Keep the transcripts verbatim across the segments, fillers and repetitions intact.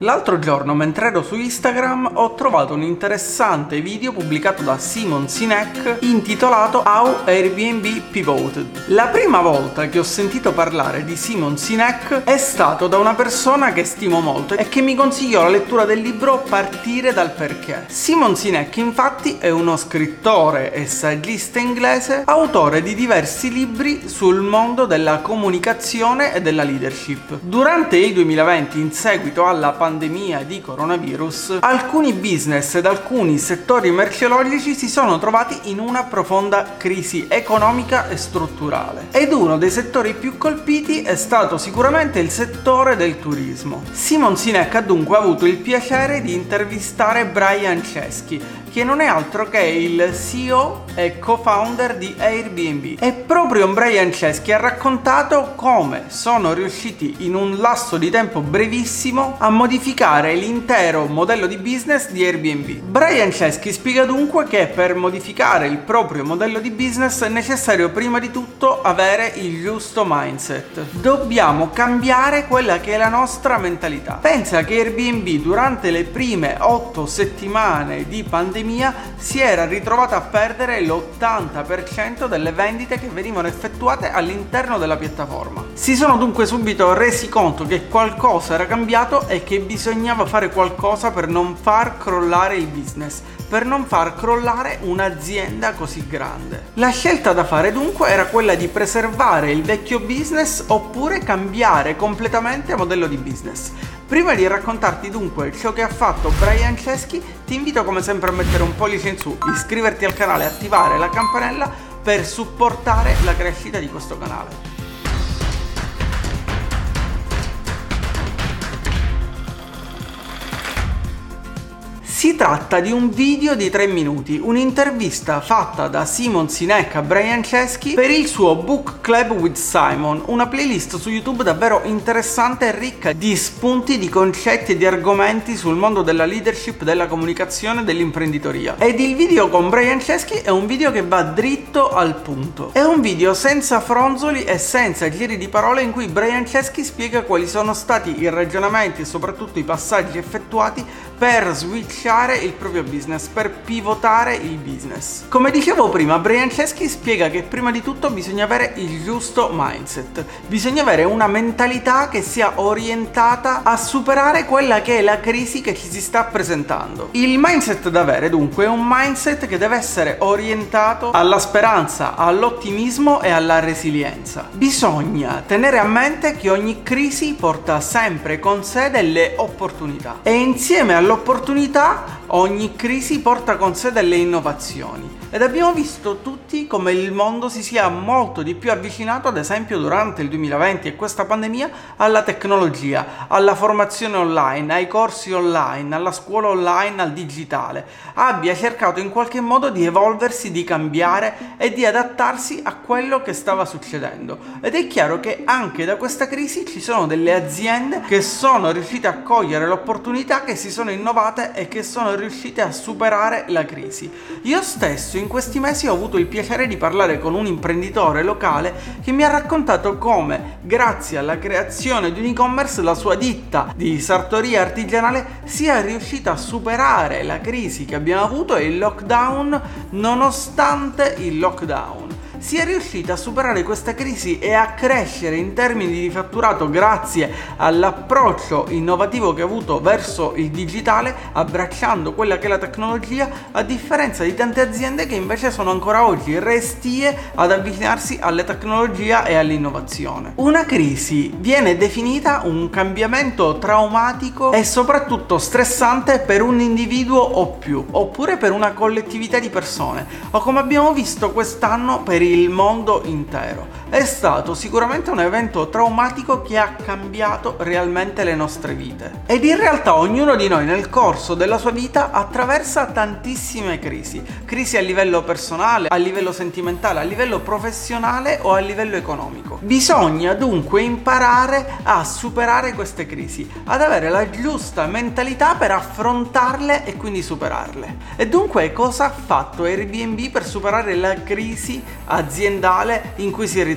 L'altro giorno, mentre ero su Instagram, ho trovato un interessante video pubblicato da Simon Sinek intitolato How Airbnb Pivoted. La prima volta che ho sentito parlare di Simon Sinek è stato da una persona che stimo molto e che mi consigliò la lettura del libro Partire dal perché. Simon Sinek, infatti, è uno scrittore e saggista inglese, autore di diversi libri sul mondo della comunicazione e della leadership. Durante il duemilaventi, in seguito alla pandemia pandemia di coronavirus, alcuni business ed alcuni settori merceologici si sono trovati in una profonda crisi economica e strutturale. Ed uno dei settori più colpiti è stato sicuramente il settore del turismo. Simon Sinek ha dunque avuto il piacere di intervistare Brian Chesky, che non è altro che il C E O e co-founder di Airbnb. E proprio Brian Chesky ha raccontato come sono riusciti in un lasso di tempo brevissimo a modificare l'intero modello di business di Airbnb. Brian Chesky spiega dunque che per modificare il proprio modello di business è necessario prima di tutto avere il giusto mindset. Dobbiamo cambiare quella che è la nostra mentalità. Pensa che Airbnb durante le prime otto settimane di pandemia si era ritrovata a perdere l'ottanta per cento delle vendite che venivano effettuate all'interno della piattaforma. Si sono dunque subito resi conto che qualcosa era cambiato e che bisognava fare qualcosa per non far crollare il business, per non far crollare un'azienda così grande. La scelta da fare dunque era quella di preservare il vecchio business oppure cambiare completamente modello di business. Prima di raccontarti dunque ciò che ha fatto Brian Chesky, ti invito come sempre a mettere un pollice in su, iscriverti al canale e attivare la campanella per supportare la crescita di questo canale. Si tratta di un video di tre minuti, un'intervista fatta da Simon Sinek a Brian Chesky per il suo Book Club with Simon, una playlist su YouTube davvero interessante e ricca di spunti, di concetti e di argomenti sul mondo della leadership, della comunicazione e dell'imprenditoria. Ed il video con Brian Chesky è un video che va dritto al punto. È un video senza fronzoli e senza giri di parole in cui Brian Chesky spiega quali sono stati i ragionamenti e soprattutto i passaggi effettuati per switchare il proprio business, per pivotare il business. Come dicevo prima, Brian Chesky spiega che prima di tutto bisogna avere il giusto mindset, bisogna avere una mentalità che sia orientata a superare quella che è la crisi che ci si sta presentando. Il mindset da avere dunque è un mindset che deve essere orientato alla speranza, all'ottimismo e alla resilienza. Bisogna tenere a mente che ogni crisi porta sempre con sé delle opportunità e insieme alle L'opportunità, ogni crisi porta con sé delle innovazioni. Ed abbiamo visto tutti come il mondo si sia molto di più avvicinato, ad esempio durante il duemilaventi e questa pandemia, alla tecnologia, alla formazione online, ai corsi online, alla scuola online, al digitale. Abbia cercato in qualche modo di evolversi, di cambiare e di adattarsi a quello che stava succedendo. Ed è chiaro che anche da questa crisi ci sono delle aziende che sono riuscite a cogliere l'opportunità, che si sono innovate e che sono riuscite a superare la crisi. Io stesso in questi mesi ho avuto il piacere di parlare con un imprenditore locale che mi ha raccontato come, grazie alla creazione di un e-commerce, la sua ditta di sartoria artigianale sia riuscita a superare la crisi che abbiamo avuto e il lockdown, nonostante il lockdown. Si è riuscita a superare questa crisi e a crescere in termini di fatturato grazie all'approccio innovativo che ha avuto verso il digitale, abbracciando quella che è la tecnologia, a differenza di tante aziende che invece sono ancora oggi restie ad avvicinarsi alla tecnologia e all'innovazione. Una crisi viene definita un cambiamento traumatico e soprattutto stressante per un individuo o più, oppure per una collettività di persone, o come abbiamo visto quest'anno per il mondo intero. È stato sicuramente un evento traumatico che ha cambiato realmente le nostre vite. Ed in realtà ognuno di noi nel corso della sua vita attraversa tantissime crisi. Crisi a livello personale, a livello sentimentale, a livello professionale o a livello economico. Bisogna dunque imparare a superare queste crisi, ad avere la giusta mentalità per affrontarle e quindi superarle. E dunque cosa ha fatto Airbnb per superare la crisi aziendale in cui si è ritrovato?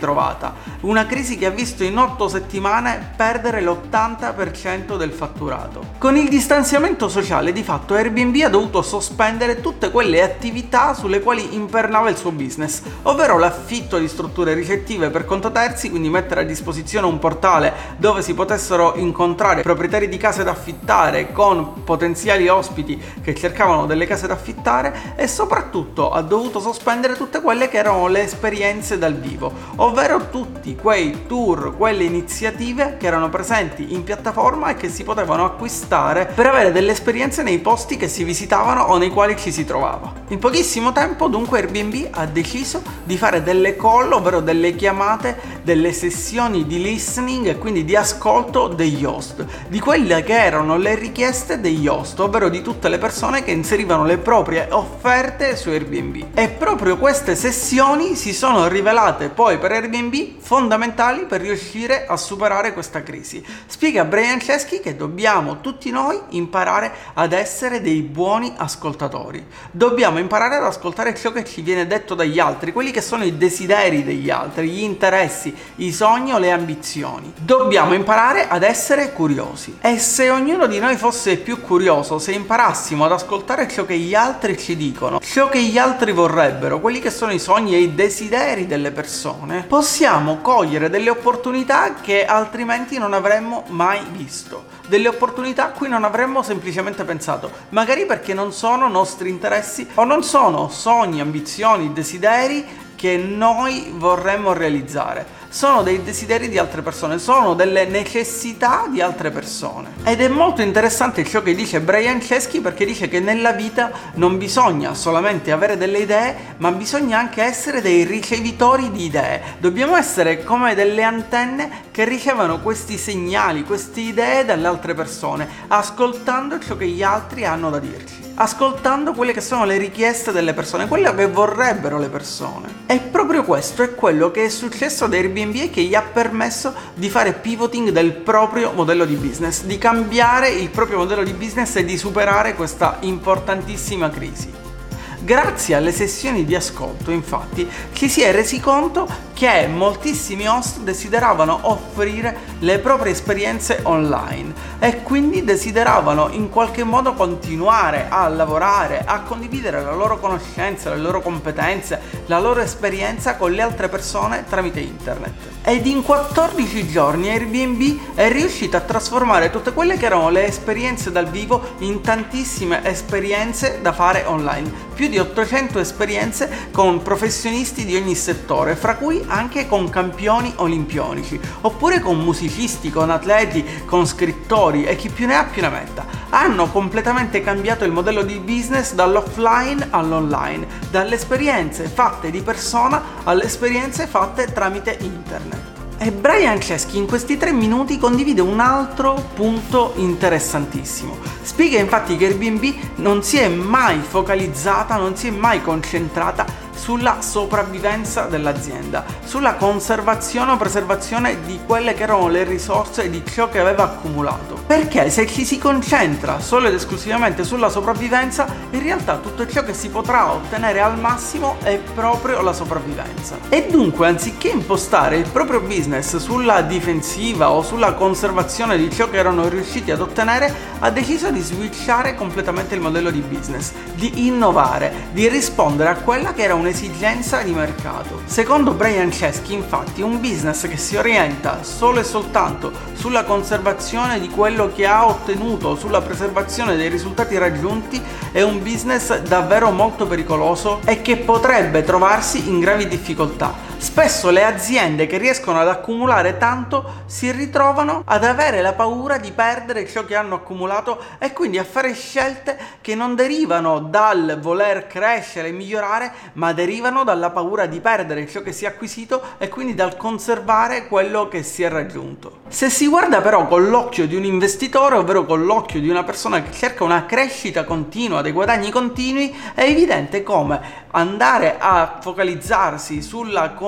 ritrovata, una crisi che ha visto in otto settimane perdere l'ottanta per cento del fatturato. Con il distanziamento sociale di fatto Airbnb ha dovuto sospendere tutte quelle attività sulle quali impernava il suo business, ovvero l'affitto di strutture ricettive per conto terzi, quindi mettere a disposizione un portale dove si potessero incontrare proprietari di case da affittare con potenziali ospiti che cercavano delle case da affittare, e soprattutto ha dovuto sospendere tutte quelle che erano le esperienze dal vivo, ovvero tutti quei tour, quelle iniziative che erano presenti in piattaforma e che si potevano acquistare per avere delle esperienze nei posti che si visitavano o nei quali ci si trovava. In pochissimo tempo dunque Airbnb ha deciso di fare delle call, ovvero delle chiamate, delle sessioni di listening e quindi di ascolto degli host, di quelle che erano le richieste degli host, ovvero di tutte le persone che inserivano le proprie offerte su Airbnb. E proprio queste sessioni si sono rivelate poi per Airbnb fondamentali per riuscire a superare questa crisi. Spiega Brian Chesky che dobbiamo tutti noi imparare ad essere dei buoni ascoltatori. Dobbiamo imparare ad ascoltare ciò che ci viene detto dagli altri, quelli che sono i desideri degli altri, gli interessi, i sogni o le ambizioni. Dobbiamo imparare ad essere curiosi. E se ognuno di noi fosse più curioso, se imparassimo ad ascoltare ciò che gli altri ci dicono, ciò che gli altri vorrebbero, quelli che sono i sogni e i desideri delle persone, possiamo cogliere delle opportunità che altrimenti non avremmo mai visto, delle opportunità a cui non avremmo semplicemente pensato, magari perché non sono nostri interessi o non sono sogni, ambizioni, desideri che noi vorremmo realizzare. Sono dei desideri di altre persone, sono delle necessità di altre persone. Ed è molto interessante ciò che dice Brian Chesky, perché dice che nella vita non bisogna solamente avere delle idee, ma bisogna anche essere dei ricevitori di idee. Dobbiamo essere come delle antenne che ricevono questi segnali, queste idee dalle altre persone, ascoltando ciò che gli altri hanno da dirci, ascoltando quelle che sono le richieste delle persone, quello che vorrebbero le persone. E proprio questo è quello che è successo ad Airbnb e che gli ha permesso di fare pivoting del proprio modello di business, di cambiare il proprio modello di business e di superare questa importantissima crisi. Grazie alle sessioni di ascolto, infatti, ci si è resi conto che moltissimi host desideravano offrire le proprie esperienze online e quindi desideravano in qualche modo continuare a lavorare, a condividere la loro conoscenza, le loro competenze, la loro esperienza con le altre persone tramite internet. Ed in quattordici giorni Airbnb è riuscita a trasformare tutte quelle che erano le esperienze dal vivo in tantissime esperienze da fare online, più di ottocento esperienze con professionisti di ogni settore, fra cui anche con campioni olimpionici, oppure con musicisti, con atleti, con scrittori e chi più ne ha più ne metta. Hanno completamente cambiato il modello di business dall'offline all'online, dalle esperienze fatte di persona alle esperienze fatte tramite internet. E Brian Chesky in questi tre minuti condivide un altro punto interessantissimo. Spiega infatti che Airbnb non si è mai focalizzata, non si è mai concentrata sulla sopravvivenza dell'azienda, sulla conservazione o preservazione di quelle che erano le risorse di ciò che aveva accumulato. Perché se ci si concentra solo ed esclusivamente sulla sopravvivenza, in realtà tutto ciò che si potrà ottenere al massimo è proprio la sopravvivenza. E dunque, anziché impostare il proprio business sulla difensiva o sulla conservazione di ciò che erano riusciti ad ottenere, ha deciso di switchare completamente il modello di business, di innovare, di rispondere a quella che era un'esigenza di mercato. Secondo Brian Chesky, infatti, un business che si orienta solo e soltanto sulla conservazione di quello che ha ottenuto, sulla preservazione dei risultati raggiunti, è un business davvero molto pericoloso e che potrebbe trovarsi in gravi difficoltà. Spesso le aziende che riescono ad accumulare tanto si ritrovano ad avere la paura di perdere ciò che hanno accumulato e quindi a fare scelte che non derivano dal voler crescere e migliorare, ma derivano dalla paura di perdere ciò che si è acquisito e quindi dal conservare quello che si è raggiunto. Se si guarda però con l'occhio di un investitore, ovvero con l'occhio di una persona che cerca una crescita continua, dei guadagni continui, è evidente come andare a focalizzarsi sulla conservazione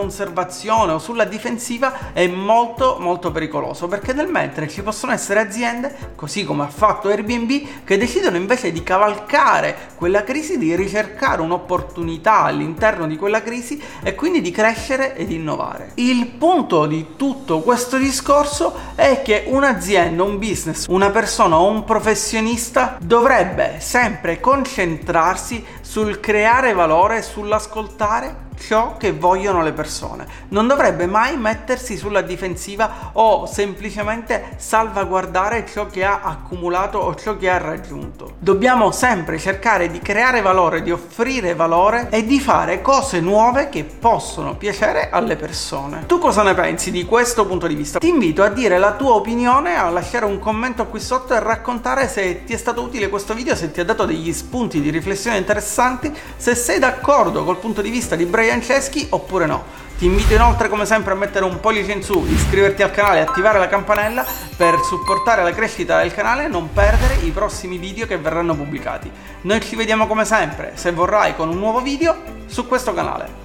conservazione o sulla difensiva è molto molto pericoloso, perché nel mentre ci possono essere aziende, così come ha fatto Airbnb, che decidono invece di cavalcare quella crisi, di ricercare un'opportunità all'interno di quella crisi e quindi di crescere ed innovare. Il punto di tutto questo discorso è che un'azienda, un business, una persona o un professionista dovrebbe sempre concentrarsi sul creare valore, sull'ascoltare ciò che vogliono le persone. Non dovrebbe mai mettersi sulla difensiva o semplicemente salvaguardare ciò che ha accumulato o ciò che ha raggiunto. Dobbiamo sempre cercare di creare valore, di offrire valore e di fare cose nuove che possono piacere alle persone. Tu cosa ne pensi di questo punto di vista? Ti invito a dire la tua opinione, a lasciare un commento qui sotto e raccontare se ti è stato utile questo video, se ti ha dato degli spunti di riflessione interessanti, se sei d'accordo col punto di vista di Brian Chesky oppure no. Ti invito inoltre come sempre a mettere un pollice in su, iscriverti al canale e attivare la campanella per supportare la crescita del canale e non perdere i prossimi video che verranno pubblicati. Noi ci vediamo come sempre, se vorrai, con un nuovo video su questo canale.